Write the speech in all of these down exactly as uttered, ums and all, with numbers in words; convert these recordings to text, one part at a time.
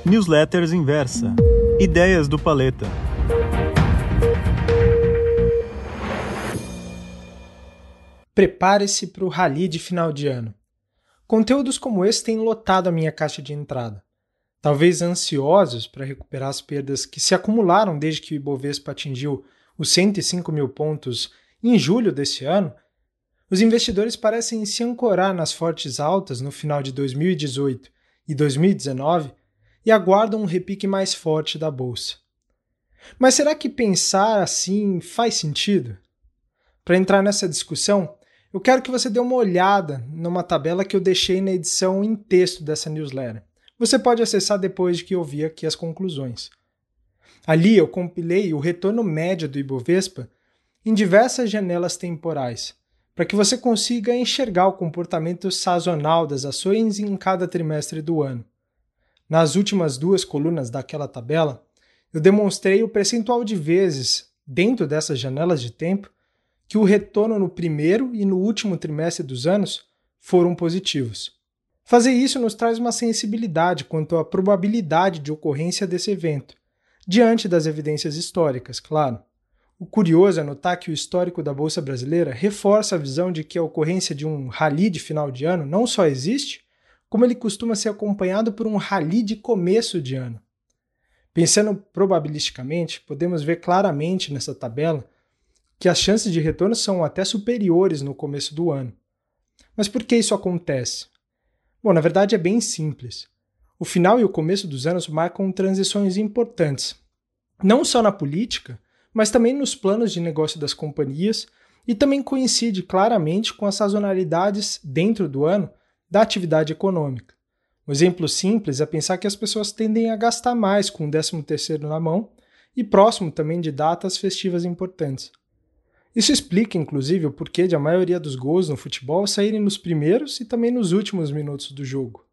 Newsletters Inversa. Ideias do Paleta. Prepare-se para o rally de final de ano. Conteúdos como esse têm lotado a minha caixa de entrada. Talvez ansiosos para recuperar as perdas que se acumularam desde que o Ibovespa atingiu os cento e cinco mil pontos em julho desse ano, os investidores parecem se ancorar nas fortes altas no final de dois mil e dezoito e dois mil e dezenove e aguardam um repique mais forte da bolsa. Mas será que pensar assim faz sentido? Para entrar nessa discussão, eu quero que você dê uma olhada numa tabela que eu deixei na edição em texto dessa newsletter. Você pode acessar depois de que ouvir aqui as conclusões. Ali eu compilei o retorno médio do Ibovespa em diversas janelas temporais, para que você consiga enxergar o comportamento sazonal das ações em cada trimestre do ano. Nas últimas duas colunas daquela tabela, eu demonstrei o percentual de vezes, dentro dessas janelas de tempo, que o retorno no primeiro e no último trimestre dos anos foram positivos. Fazer isso nos traz uma sensibilidade quanto à probabilidade de ocorrência desse evento, diante das evidências históricas, claro. O curioso é notar que o histórico da Bolsa Brasileira reforça a visão de que a ocorrência de um rally de final de ano não só existe, como ele costuma ser acompanhado por um rally de começo de ano. Pensando probabilisticamente, podemos ver claramente nessa tabela que as chances de retorno são até superiores no começo do ano. Mas por que isso acontece? Bom, na verdade é bem simples. O final e o começo dos anos marcam transições importantes, não só na política, mas também nos planos de negócio das companhias e também coincide claramente com as sazonalidades dentro do ano da atividade econômica. Um exemplo simples é pensar que as pessoas tendem a gastar mais com o décimo terceiro na mão e próximo também de datas festivas importantes. Isso explica, inclusive, o porquê de a maioria dos gols no futebol saírem nos primeiros e também nos últimos minutos do jogo.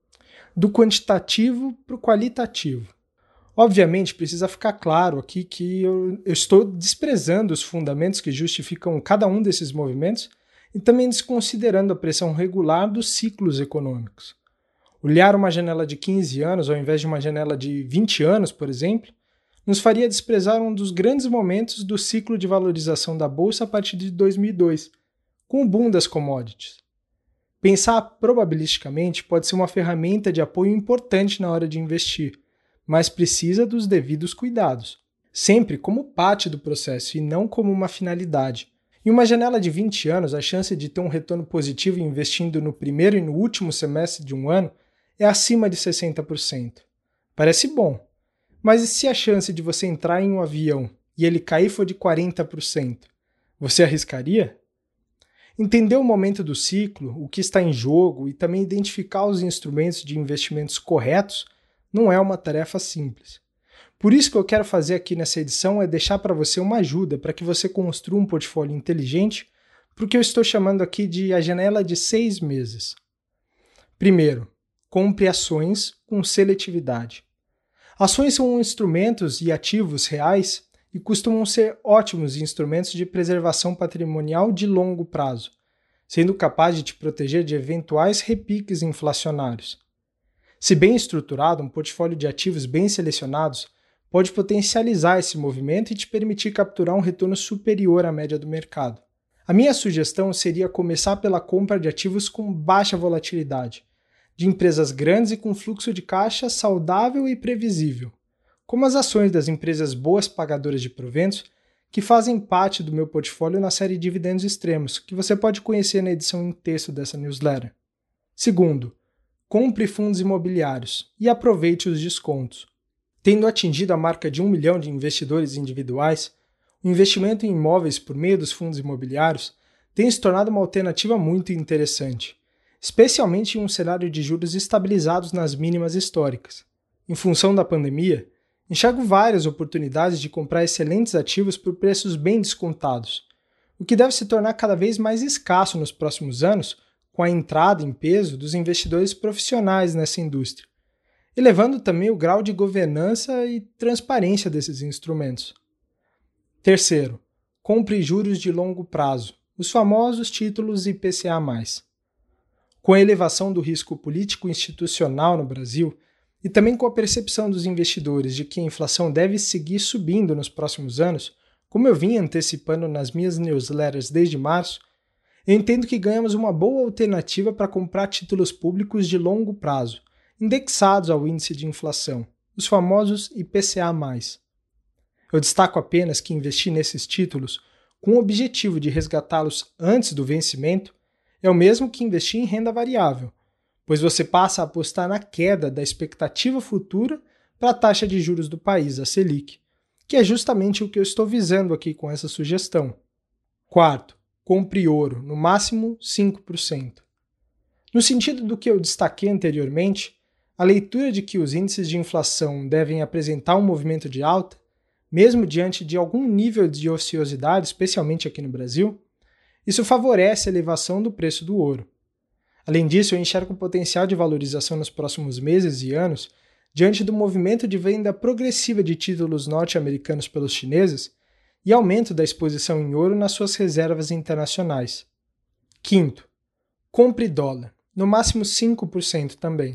Do quantitativo para o qualitativo. Obviamente, precisa ficar claro aqui que eu, eu estou desprezando os fundamentos que justificam cada um desses movimentos e também desconsiderando a pressão regular dos ciclos econômicos. Olhar uma janela de quinze anos ao invés de uma janela de vinte anos, por exemplo, nos faria desprezar um dos grandes momentos do ciclo de valorização da Bolsa a partir de dois mil e dois, com o boom das commodities. Pensar probabilisticamente pode ser uma ferramenta de apoio importante na hora de investir, mas precisa dos devidos cuidados, sempre como parte do processo e não como uma finalidade. Em uma janela de vinte anos, a chance de ter um retorno positivo investindo no primeiro e no último semestre de um ano é acima de sessenta por cento. Parece bom, mas e se a chance de você entrar em um avião e ele cair for de quarenta por cento? Você arriscaria? Entender o momento do ciclo, o que está em jogo e também identificar os instrumentos de investimentos corretos não é uma tarefa simples. Por isso que eu quero fazer aqui nessa edição é deixar para você uma ajuda para que você construa um portfólio inteligente para o que eu estou chamando aqui de a janela de seis meses. Primeiro, compre ações com seletividade. Ações são instrumentos e ativos reais e costumam ser ótimos instrumentos de preservação patrimonial de longo prazo, sendo capaz de te proteger de eventuais repiques inflacionários. Se bem estruturado, um portfólio de ativos bem selecionados pode potencializar esse movimento e te permitir capturar um retorno superior à média do mercado. A minha sugestão seria começar pela compra de ativos com baixa volatilidade, de empresas grandes e com fluxo de caixa saudável e previsível, como as ações das empresas boas pagadoras de proventos que fazem parte do meu portfólio na série Dividendos Extremos, que você pode conhecer na edição em texto dessa newsletter. Segundo, compre fundos imobiliários e aproveite os descontos. Tendo atingido a marca de um milhão de investidores individuais, o investimento em imóveis por meio dos fundos imobiliários tem se tornado uma alternativa muito interessante, especialmente em um cenário de juros estabilizados nas mínimas históricas. Em função da pandemia, enxergo várias oportunidades de comprar excelentes ativos por preços bem descontados, o que deve se tornar cada vez mais escasso nos próximos anos com a entrada em peso dos investidores profissionais nessa indústria, elevando também o grau de governança e transparência desses instrumentos. Terceiro, compre juros de longo prazo, os famosos títulos I P C A mais. Com a elevação do risco político institucional no Brasil e também com a percepção dos investidores de que a inflação deve seguir subindo nos próximos anos, como eu vim antecipando nas minhas newsletters desde março, eu entendo que ganhamos uma boa alternativa para comprar títulos públicos de longo prazo, indexados ao índice de inflação, os famosos I P C A mais. Eu destaco apenas que investir nesses títulos com o objetivo de resgatá-los antes do vencimento é o mesmo que investir em renda variável, pois você passa a apostar na queda da expectativa futura para a taxa de juros do país, a Selic, que é justamente o que eu estou visando aqui com essa sugestão. Quarto, compre ouro, no máximo cinco por cento. No sentido do que eu destaquei anteriormente, a leitura de que os índices de inflação devem apresentar um movimento de alta, mesmo diante de algum nível de ociosidade, especialmente aqui no Brasil, isso favorece a elevação do preço do ouro. Além disso, eu enxergo o potencial de valorização nos próximos meses e anos diante do movimento de venda progressiva de títulos norte-americanos pelos chineses e aumento da exposição em ouro nas suas reservas internacionais. Quinto, compre dólar, no máximo cinco por cento também.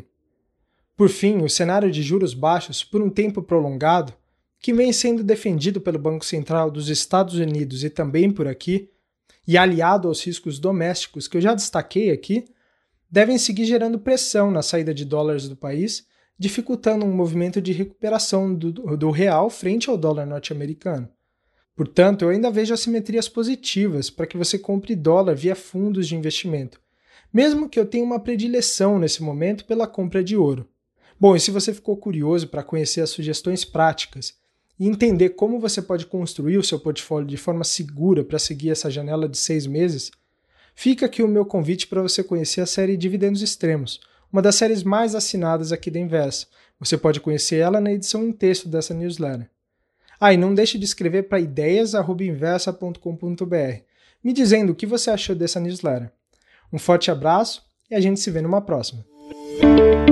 Por fim, o cenário de juros baixos por um tempo prolongado, que vem sendo defendido pelo Banco Central dos Estados Unidos e também por aqui, e aliado aos riscos domésticos que eu já destaquei aqui, devem seguir gerando pressão na saída de dólares do país, dificultando um movimento de recuperação do, do real frente ao dólar norte-americano. Portanto, eu ainda vejo assimetrias positivas para que você compre dólar via fundos de investimento, mesmo que eu tenha uma predileção nesse momento pela compra de ouro. Bom, e se você ficou curioso para conhecer as sugestões práticas e entender como você pode construir o seu portfólio de forma segura para seguir essa janela de seis meses, fica aqui o meu convite para você conhecer a série Dividendos Extremos, uma das séries mais assinadas aqui da Inversa. Você pode conhecer ela na edição em texto dessa newsletter. Ah, e não deixe de escrever para ideias arroba inversa ponto com ponto b r, me dizendo o que você achou dessa newsletter. Um forte abraço e a gente se vê numa próxima.